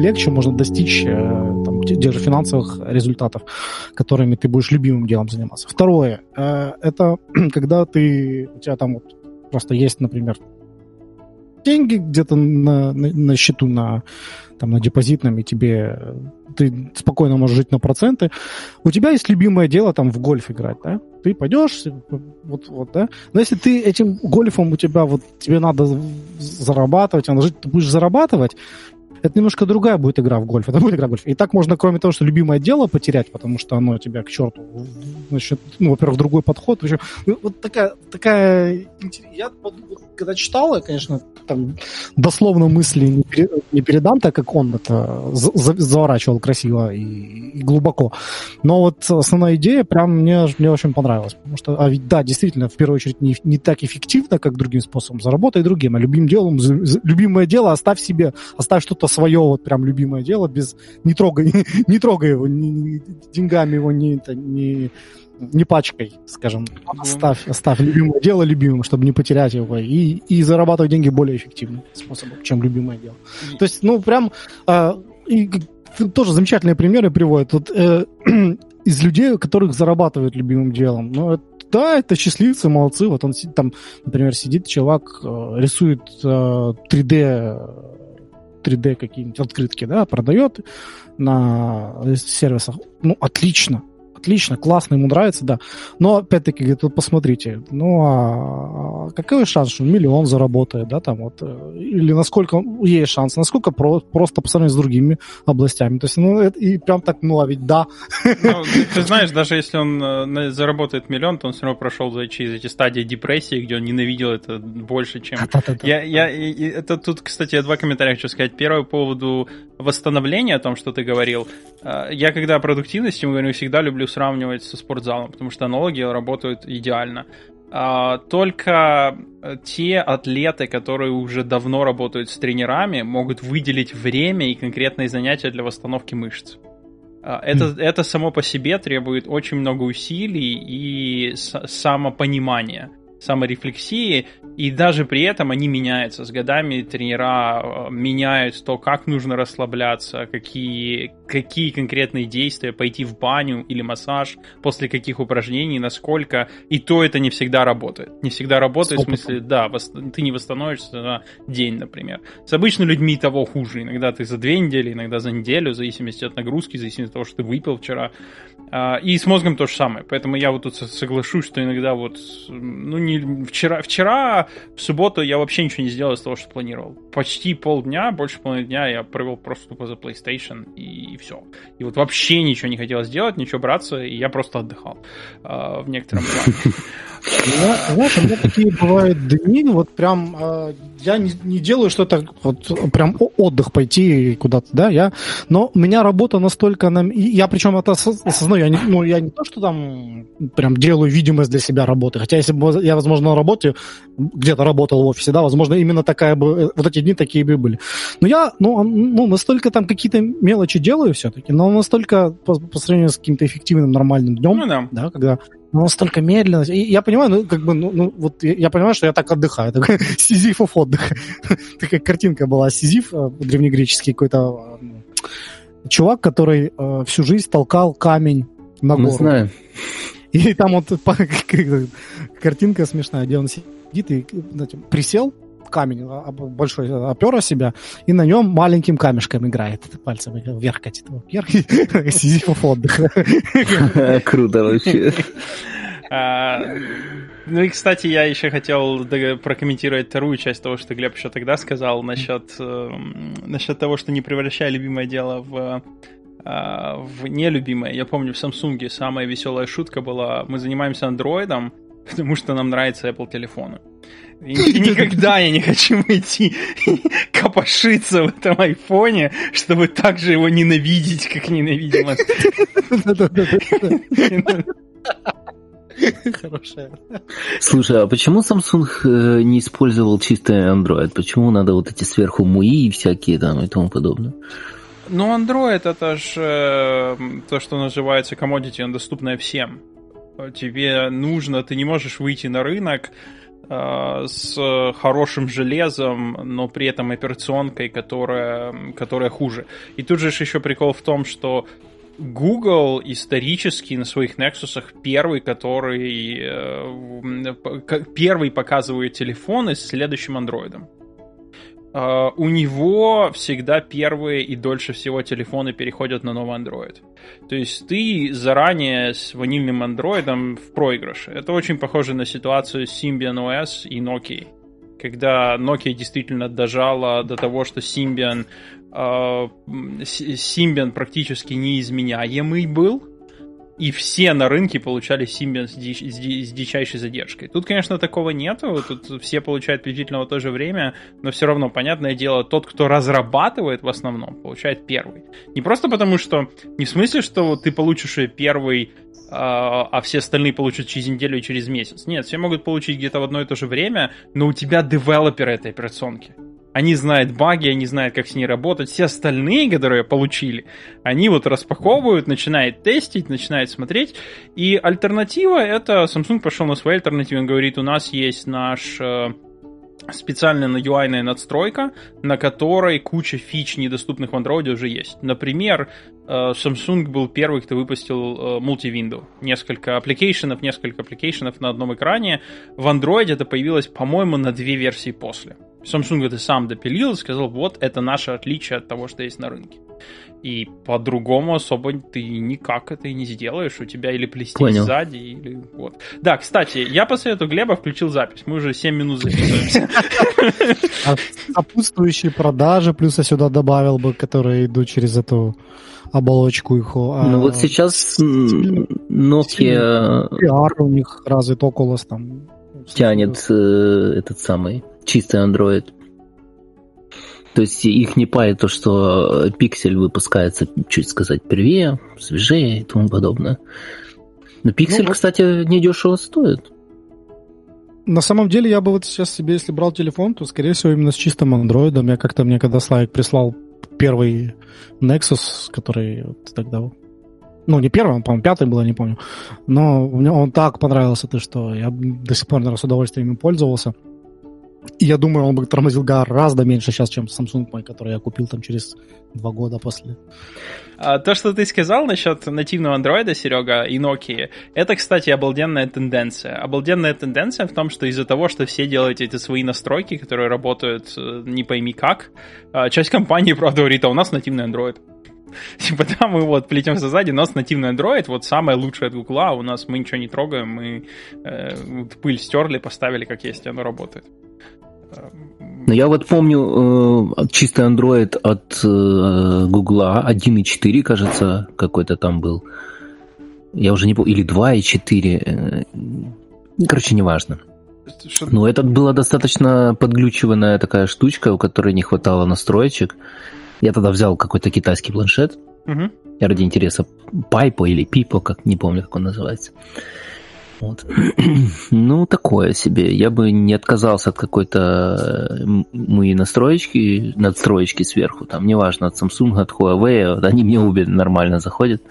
легче можно достичь там, тех же финансовых результатов, которыми ты будешь любимым делом заниматься. Второе, это когда у тебя там вот просто есть, например, деньги где-то на счету, на депозитном, и ты спокойно можешь жить на проценты. У тебя есть любимое дело там в гольф играть, да? Ты пойдешь, вот, да? Но если ты этим гольфом тебе надо зарабатывать, ты будешь зарабатывать, это немножко другая будет игра в гольф. Это будет игра в гольф. И так можно, кроме того, что любимое дело потерять, потому что оно тебя к черту, значит, во-первых, другой подход. Вот такая... Я когда читал, я, конечно, там дословно мысли не передам, так как он это заворачивал красиво и глубоко. Но вот основная идея прям мне очень понравилась. Потому что, ведь да, действительно, в первую очередь не так эффективно, как другим способом. Заработай другим. А любимое дело оставь себе, оставь что-то свое, вот прям любимое дело, не трогай его, деньгами его не пачкай, скажем. Оставь любимое дело любимым, чтобы не потерять его, и зарабатывай деньги более эффективным способом, чем любимое дело. То есть, прям... И тоже замечательные примеры приводят. Вот, из людей, которых зарабатывают любимым делом. Да, это счастливцы, молодцы. Вот он там, например, сидит чувак, рисует 3D какие-нибудь открытки, да, продает на сервисах. Отлично, классно, ему нравится, да. Но, опять-таки, говорит, вот посмотрите, какой шанс, что он 1 миллион заработает, да, там вот, или насколько есть шанс, насколько просто по сравнению с другими областями. То есть, и прям так, а ведь да. Ты знаешь, даже если он заработает 1 миллион, то он все равно прошел через эти стадии депрессии, где он ненавидел это больше, чем... Это тут, кстати, я 2 комментария хочу сказать. Первый по поводу восстановления, о том, что ты говорил. Я, когда о продуктивности говорю, всегда люблю сравнивать со спортзалом, потому что аналогии работают идеально. Только те атлеты, которые уже давно работают с тренерами, могут выделить время и конкретные занятия для восстановки мышц. Это само по себе требует очень много усилий и самопонимания, саморефлексии, и даже при этом они меняются. С годами тренера меняют то, как нужно расслабляться, какие конкретные действия, пойти в баню или массаж, после каких упражнений, насколько. И то это не всегда работает. Не всегда работает, в смысле, да, ты не восстановишься за день, например. С обычными людьми того хуже. Иногда ты за 2 недели, иногда за неделю, в зависимости от нагрузки, в зависимости от того, что ты выпил вчера. И с мозгом то же самое. Поэтому я вот тут соглашусь, что иногда вчера, в субботу, я вообще ничего не сделал из того, что планировал. Почти полдня, больше половины дня я провел просто тупо за PlayStation и все. И вот вообще ничего не хотелось делать, ничего браться, и я просто отдыхал в некотором плане. Знаешь, у меня такие бывают дни, вот прям я не делаю что-то, вот прям отдых пойти куда-то, да, но у меня работа настолько, я причем это осознаю, я не то, что там прям делаю видимость для себя работы, хотя если бы я, возможно, на работе, где-то работал в офисе, да, возможно, именно такая бы, вот эти дни такие бы были. Но я, настолько там какие-то мелочи делаю все-таки, но настолько по сравнению с каким-то эффективным, нормальным днем, да, когда настолько медленно. И я понимаю, я понимаю, что я так отдыхаю. Такой сизифов отдых. Такая картинка была. Сизиф, древнегреческий какой-то чувак, который всю жизнь толкал камень на гору. Мы знаем. И там вот картинка смешная, где он сидит и присел, камень большой опер о себя, и на нем маленьким камешком играет, пальцем вверх катит. Сизифов отдых. Круто вообще. Ну и, кстати, я еще хотел прокомментировать вторую часть того, что Глеб еще тогда сказал насчет того, что не превращая любимое дело в нелюбимое. Я помню, в Samsung самая веселая шутка была: мы занимаемся андроидом, потому что нам нравятся Apple телефоны. И никогда я не хочу идти копошиться в этом айфоне, чтобы так же его ненавидеть, как ненавидим. Хорошая. Слушай, а почему Samsung не использовал чистый Android? Почему надо вот эти сверху МУИ и всякие там и тому подобное? Ну, Android это же то, что называется commodity, он доступное всем. Тебе нужно, ты не можешь выйти на рынок с хорошим железом, но при этом операционкой, которая хуже. И тут же еще прикол в том, что Google исторически на своих Nexus'ах первый показывает телефоны с следующим андроидом. У него всегда первые и дольше всего телефоны переходят на новый Android. То есть ты заранее с ванильным андроидом в проигрыше. Это очень похоже на ситуацию с Symbian OS и Nokia. Когда Nokia действительно дожала до того, что Symbian практически неизменяемый был, и все на рынке получали Symbian с дичайшей задержкой. Тут, конечно, такого нету, тут все получают приблизительно в то же время, но все равно, понятное дело, тот, кто разрабатывает в основном, получает первый. Не просто потому, что... Не в смысле, что ты получишь ее первый, а все остальные получат через неделю и через месяц. Нет, все могут получить где-то в одно и то же время, но у тебя девелоперы этой операционки. Они знают баги, они знают, как с ней работать. Все остальные, которые получили, они вот распаковывают, начинают тестить, начинают смотреть. И альтернатива, это Samsung пошел на своей альтернативе. Он говорит, у нас есть наш специальная UI-ная надстройка, на которой куча фич, недоступных в Android, уже есть. Например, Samsung был первый, кто выпустил multi-window. Несколько аппликейшенов на одном экране. В Android это появилось, по-моему, на 2 версии после. Samsung это сам допилил и сказал, вот это наше отличие от того, что есть на рынке. И по-другому особо ты никак это и не сделаешь. У тебя или плести сзади, или вот. Да, кстати, я по совету Глеба включил запись. Мы уже 7 минут записываемся. Сопутствующие продажи, плюс я сюда добавил бы, которые идут через эту оболочку их. Ну вот сейчас Nokia... PR у них развит Oculus там. Тянет этот самый чистый Android. То есть их не парит то, что Pixel выпускается, чуть сказать, первее, свежее и тому подобное. Но Pixel, кстати, недешево стоит. На самом деле, я бы вот сейчас себе, если брал телефон, то, скорее всего, именно с чистым андроидом. Мне когда Славик прислал первый Nexus, который вот тогда... Ну, не первый, он, по-моему, 5-й был, я не помню. Но мне он так понравился, что я до сих пор, наверное, с удовольствием им пользовался. И я думаю, он бы тормозил гораздо меньше сейчас, чем Samsung мой, который я купил там через 2 года после. То, что ты сказал насчет нативного андроида, Серега, и Nokia, это, кстати, обалденная тенденция. Обалденная тенденция в том, что из-за того, что все делают эти свои настройки, которые работают не пойми как, часть компании, правда, говорит, а у нас нативный андроид. Типа, да, мы вот плетемся сзади, у нас нативный Android, вот самое лучшее от Гугла, у нас мы ничего не трогаем, мы пыль стерли, поставили как есть, оно работает. Но я вот помню чистый Android от Гугла, 1.4, кажется, какой-то там был. Я уже не помню, или 2.4, короче, неважно. Но это была достаточно подглючиванная такая штучка, у которой не хватало настроечек. Я тогда взял какой-то китайский планшет. Я ради интереса Пайпо или Пипо, как не помню, как он называется. Вот. Ну, такое себе. Я бы не отказался от какой-то моей надстроечки сверху. Там, неважно, от Samsung, от Huawei. Вот они мне обе нормально заходят.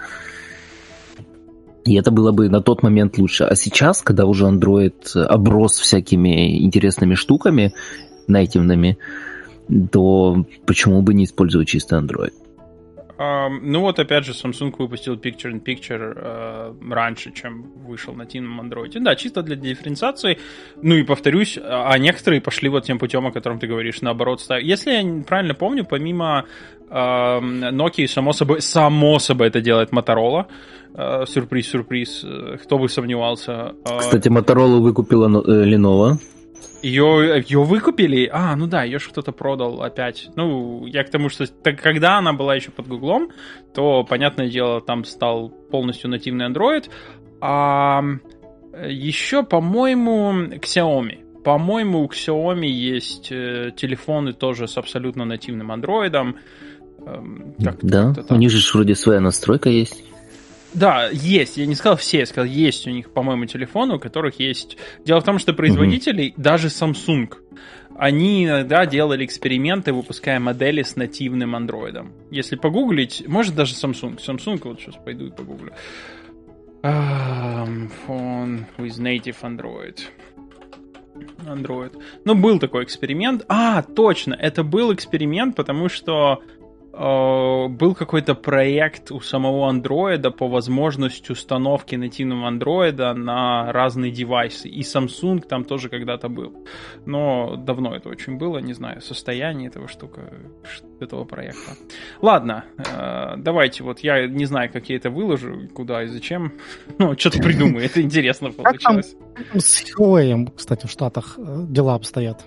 И это было бы на тот момент лучше. А сейчас, когда уже Android оброс всякими интересными штуками, нативными, то почему бы не использовать чистый Android? Ну вот опять же Samsung выпустил Picture-in-Picture раньше, чем вышел на нативном Android. Да, чисто для дифференциации. Ну и повторюсь, а некоторые пошли вот тем путем, о котором ты говоришь, наоборот. Если я правильно помню, помимо Nokia, само собой это делает Motorola. Сюрприз, кто бы сомневался. Кстати, Motorola выкупила Lenovo. Ее выкупили? Ну да, ее же кто-то продал опять. Ну, я к тому, что когда она была еще под Гуглом, то, понятное дело, там стал полностью нативный Android. А еще, по-моему, Xiaomi. По-моему, у Xiaomi есть телефоны тоже с абсолютно нативным Android. Да, у них же вроде своя настройка есть. Да, есть. Я не сказал все, я сказал, есть у них, по-моему, телефоны, у которых есть... Дело в том, что производители, даже Samsung, они иногда делали эксперименты, выпуская модели с нативным андроидом. Если погуглить, может даже Samsung. Samsung, вот сейчас пойду и погуглю. Phone with native Android. Android. Ну, был такой эксперимент. Точно, это был эксперимент, потому что был какой-то проект у самого Android по возможности установки нативного Android на разные девайсы. И Samsung там тоже когда-то был. Но давно это очень было, не знаю, состояние этого проекта. Ладно, давайте, вот я не знаю, как я это выложу, куда и зачем. Ну, что-то придумаю, это интересно получилось. Как там с Huawei, кстати, в Штатах дела обстоят?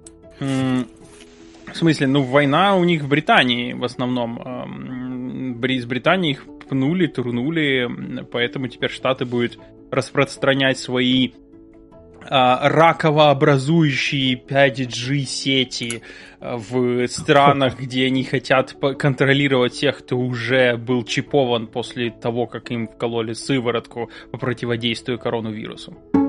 В смысле, война у них в Британии в основном. Из Британии их пнули, турнули, поэтому теперь Штаты будут распространять свои раковообразующие 5G сети в странах, где они хотят контролировать тех, кто уже был чипован после того, как им вкололи сыворотку по противодействию коронавирусу.